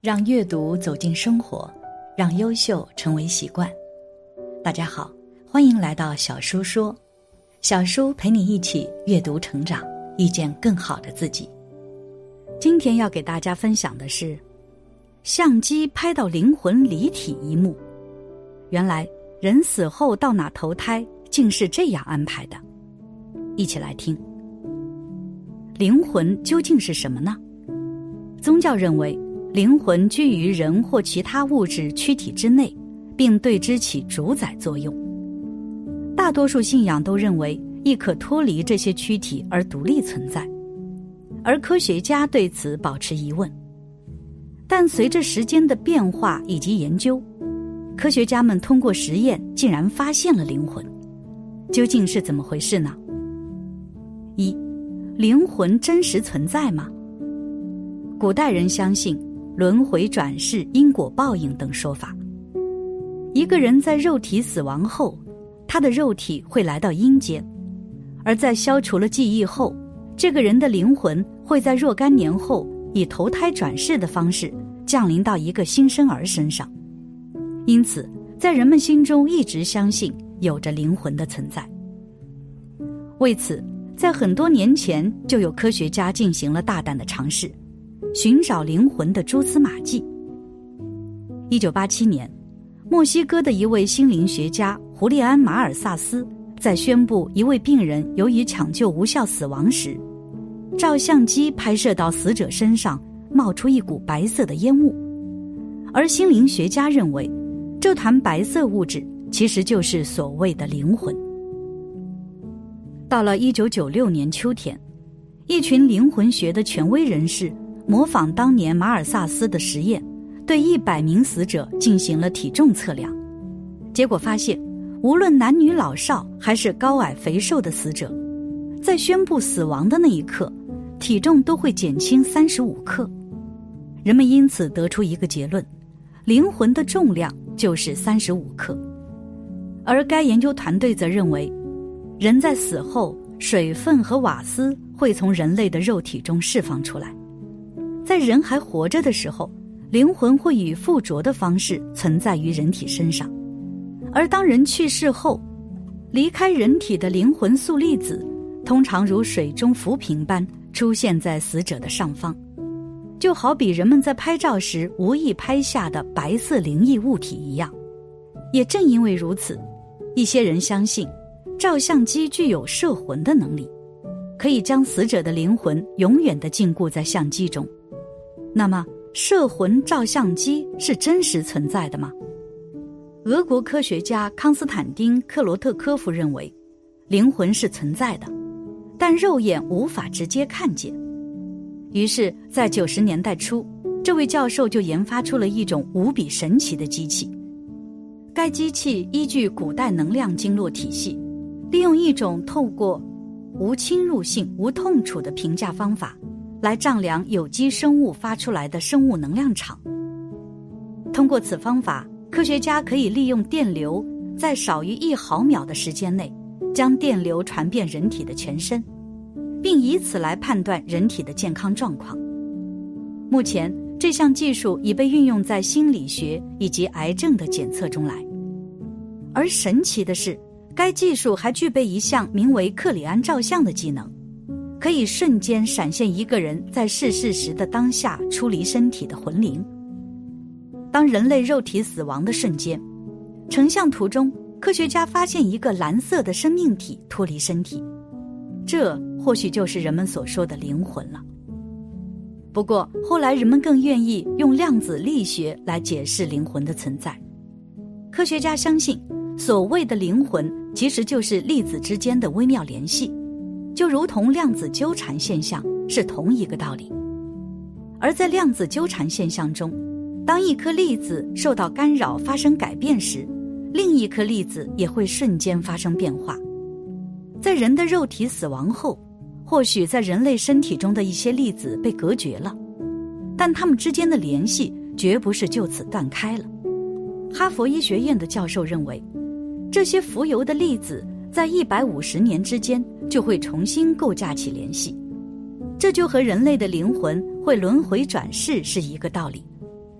让阅读走进生活，让优秀成为习惯。大家好，欢迎来到小叔说，小叔陪你一起阅读成长，遇见更好的自己。今天要给大家分享的是相机拍到灵魂离体一幕。原来人死后到哪投胎竟是这样安排的。一起来听。灵魂究竟是什么呢？宗教认为灵魂居于人或其他物质躯体之内，并对之起主宰作用。大多数信仰都认为亦可脱离这些躯体而独立存在，而科学家对此保持疑问。但随着时间的变化以及研究，科学家们通过实验竟然发现了灵魂。究竟是怎么回事呢？一，灵魂真实存在吗？古代人相信轮回转世、因果报应等说法。一个人在肉体死亡后，他的肉体会来到阴间，而在消除了记忆后，这个人的灵魂会在若干年后以投胎转世的方式降临到一个新生儿身上。因此在人们心中一直相信有着灵魂的存在。为此在很多年前就有科学家进行了大胆的尝试，寻找灵魂的蛛丝马迹。1987年，墨西哥的一位心灵学家胡利安·马尔萨斯在宣布一位病人由于抢救无效死亡时，照相机拍摄到死者身上冒出一股白色的烟雾，而心灵学家认为这团白色物质其实就是所谓的灵魂。到了1996年秋天，一群灵魂学的权威人士模仿当年马尔萨斯的实验，对100名死者进行了体重测量。结果发现，无论男女老少还是高矮肥瘦的死者，在宣布死亡的那一刻，体重都会减轻35克。人们因此得出一个结论，灵魂的重量就是35克。而该研究团队则认为，人在死后，水分和瓦斯会从人类的肉体中释放出来。在人还活着的时候，灵魂会以附着的方式存在于人体身上，而当人去世后，离开人体的灵魂素粒子通常如水中浮萍般出现在死者的上方，就好比人们在拍照时无意拍下的白色灵异物体一样。也正因为如此，一些人相信照相机具有摄魂的能力，可以将死者的灵魂永远地禁锢在相机中。那么摄魂照相机是真实存在的吗？俄国科学家康斯坦丁·克罗特科夫认为，灵魂是存在的，但肉眼无法直接看见。于是在90年代初，这位教授就研发出了一种无比神奇的机器。该机器依据古代能量经络体系，利用一种透过无侵入性、无痛楚的评价方法来丈量有机生物发出来的生物能量场。通过此方法，科学家可以利用电流在少于1毫秒的时间内将电流传遍人体的全身，并以此来判断人体的健康状况。目前这项技术已被运用在心理学以及癌症的检测中来。而神奇的是，该技术还具备一项名为克里安照相的技能，可以瞬间闪现一个人在逝世时的当下出离身体的魂灵。当人类肉体死亡的瞬间，成像图中科学家发现一个蓝色的生命体脱离身体，这或许就是人们所说的灵魂了。不过后来人们更愿意用量子力学来解释灵魂的存在。科学家相信，所谓的灵魂其实就是粒子之间的微妙联系，就如同量子纠缠现象是同一个道理。而在量子纠缠现象中，当一颗粒子受到干扰发生改变时，另一颗粒子也会瞬间发生变化。在人的肉体死亡后，或许在人类身体中的一些粒子被隔绝了，但它们之间的联系绝不是就此断开了。哈佛医学院的教授认为，这些浮游的粒子在150年之间就会重新构架起联系，这就和人类的灵魂会轮回转世是一个道理。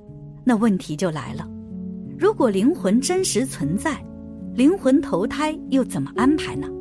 那问题就来了，如果灵魂真实存在，灵魂投胎又怎么安排呢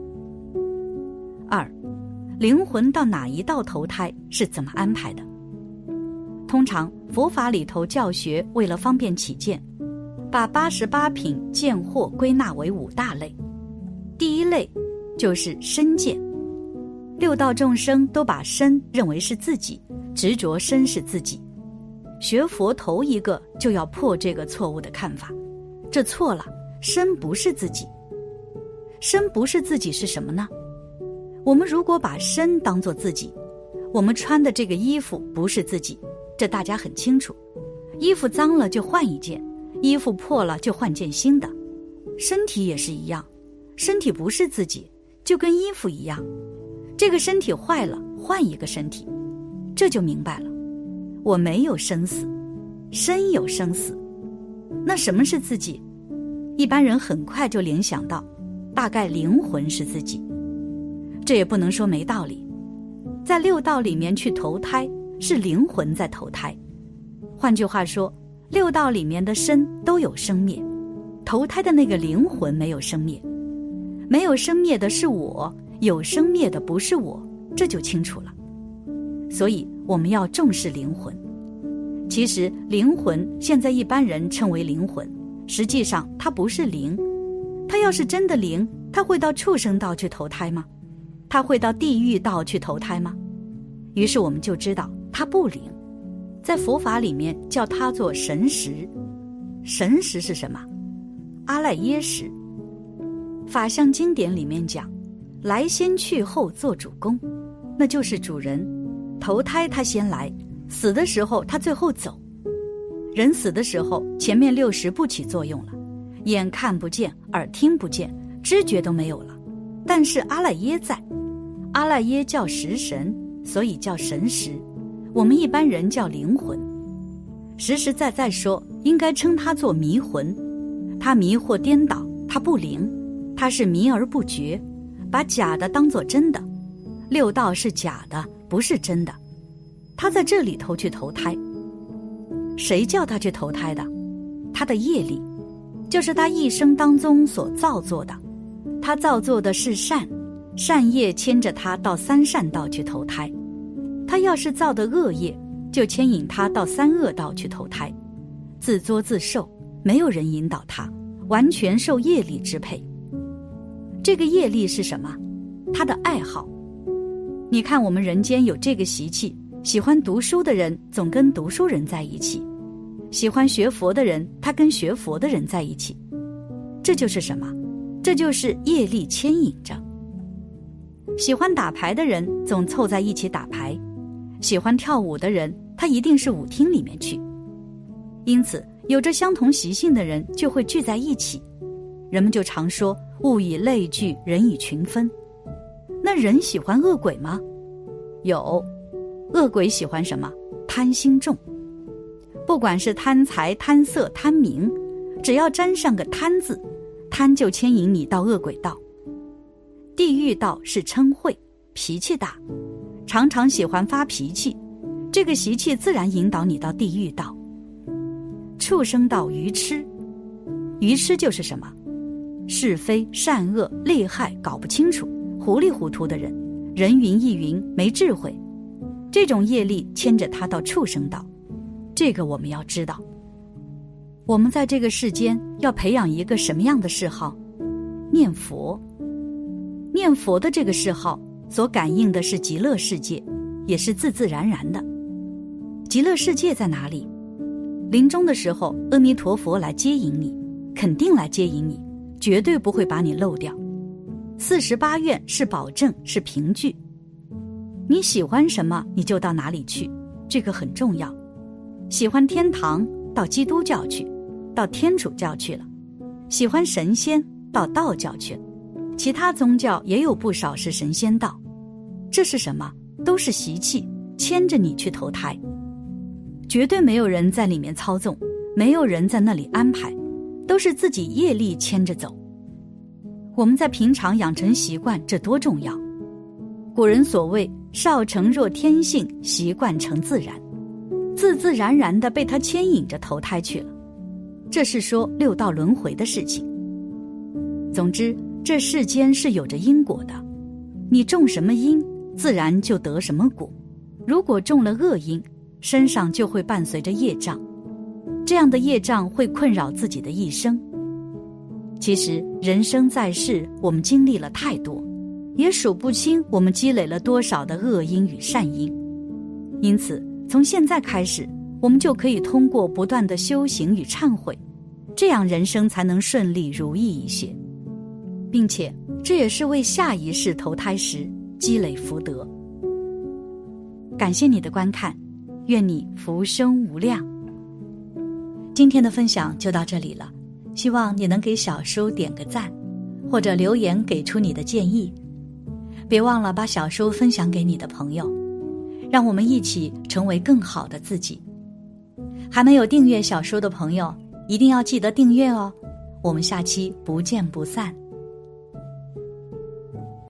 ？2. 灵魂到哪一道投胎是怎么安排的？通常佛法里头教学为了方便起见，把88品见惑归纳为5大类。第一类就是身见，六道众生都把身认为是自己，执着身是自己。学佛头一个就要破这个错误的看法，这错了，身不是自己。身不是自己是什么呢？我们如果把身当作自己，我们穿的这个衣服不是自己，这大家很清楚。衣服脏了就换一件，衣服破了就换件新的。身体也是一样，身体不是自己，就跟衣服一样，这个身体坏了换一个身体，这就明白了。我没有生死，身有生死。那什么是自己？一般人很快就联想到，大概灵魂是自己。这也不能说没道理，在六道里面去投胎，是灵魂在投胎。换句话说，六道里面的身都有生灭，投胎的那个灵魂没有生灭。没有生灭的是我，有生灭的不是我，这就清楚了。所以我们要重视灵魂。其实灵魂现在一般人称为灵魂，实际上它不是灵。它要是真的灵，它会到畜生道去投胎吗？它会到地狱道去投胎吗？于是我们就知道它不灵。在佛法里面叫它做神识。神识是什么？阿赖耶识。法相经典里面讲，来先去后做主公，那就是主人。投胎他先来，死的时候他最后走。人死的时候，前面60不起作用了，眼看不见，耳听不见，知觉都没有了，但是阿赖耶在。阿赖耶叫识神，所以叫神识。我们一般人叫灵魂。实实在在说，应该称它做迷魂。它迷惑颠倒，它不灵，它是迷而不觉，把假的当作真的。六道是假的，不是真的。他在这里头去投胎，谁叫他去投胎的？他的业力，就是他一生当中所造作的。他造作的是善，善业牵着他到三善道去投胎。他要是造的恶业，就牵引他到三恶道去投胎。自作自受，没有人引导他，完全受业力支配。这个业力是什么？他的爱好。你看我们人间有这个习气，喜欢读书的人总跟读书人在一起，喜欢学佛的人他跟学佛的人在一起。这就是什么？这就是业力牵引着。喜欢打牌的人总凑在一起打牌，喜欢跳舞的人他一定是舞厅里面去。因此有着相同习性的人就会聚在一起。人们就常说物以类聚，人以群分。那人喜欢恶鬼吗？有。恶鬼喜欢什么？贪心重。不管是贪财、贪色、贪名，只要沾上个贪字，贪就牵引你到恶鬼道。地狱道是嗔恚，脾气大，常常喜欢发脾气，这个习气自然引导你到地狱道。畜生道愚痴。愚痴就是什么？是非善恶利害搞不清楚，糊里糊涂的人，人云亦云，没智慧。这种业力牵着他到畜生道，这个我们要知道。我们在这个世间要培养一个什么样的嗜好？念佛。念佛的这个嗜好所感应的是极乐世界，也是自自然然的。极乐世界在哪里？临终的时候，阿弥陀佛来接引你，肯定来接引你，绝对不会把你漏掉。48愿是保证，是凭据。你喜欢什么你就到哪里去，这个很重要。喜欢天堂到基督教去，到天主教去了；喜欢神仙到道教去了。其他宗教也有不少是神仙道。这是什么？都是习气牵着你去投胎，绝对没有人在里面操纵，没有人在那里安排，都是自己业力牵着走。我们在平常养成习惯，这多重要。古人所谓少成若天性，习惯成自然。 自自然然地被它牵引着投胎去了。这是说六道轮回的事情。总之，这世间是有着因果的，你种什么因，自然就得什么果。如果种了恶因，身上就会伴随着业障，这样的业障会困扰自己的一生。其实人生在世，我们经历了太多，也数不清我们积累了多少的恶因与善因。因此从现在开始，我们就可以通过不断的修行与忏悔，这样人生才能顺利如意一些，并且这也是为下一世投胎时积累福德。感谢你的观看，愿你福生无量。今天的分享就到这里了，希望你能给小叔点个赞，或者留言给出你的建议。别忘了把小叔分享给你的朋友，让我们一起成为更好的自己。还没有订阅小叔的朋友，一定要记得订阅哦。我们下期不见不散。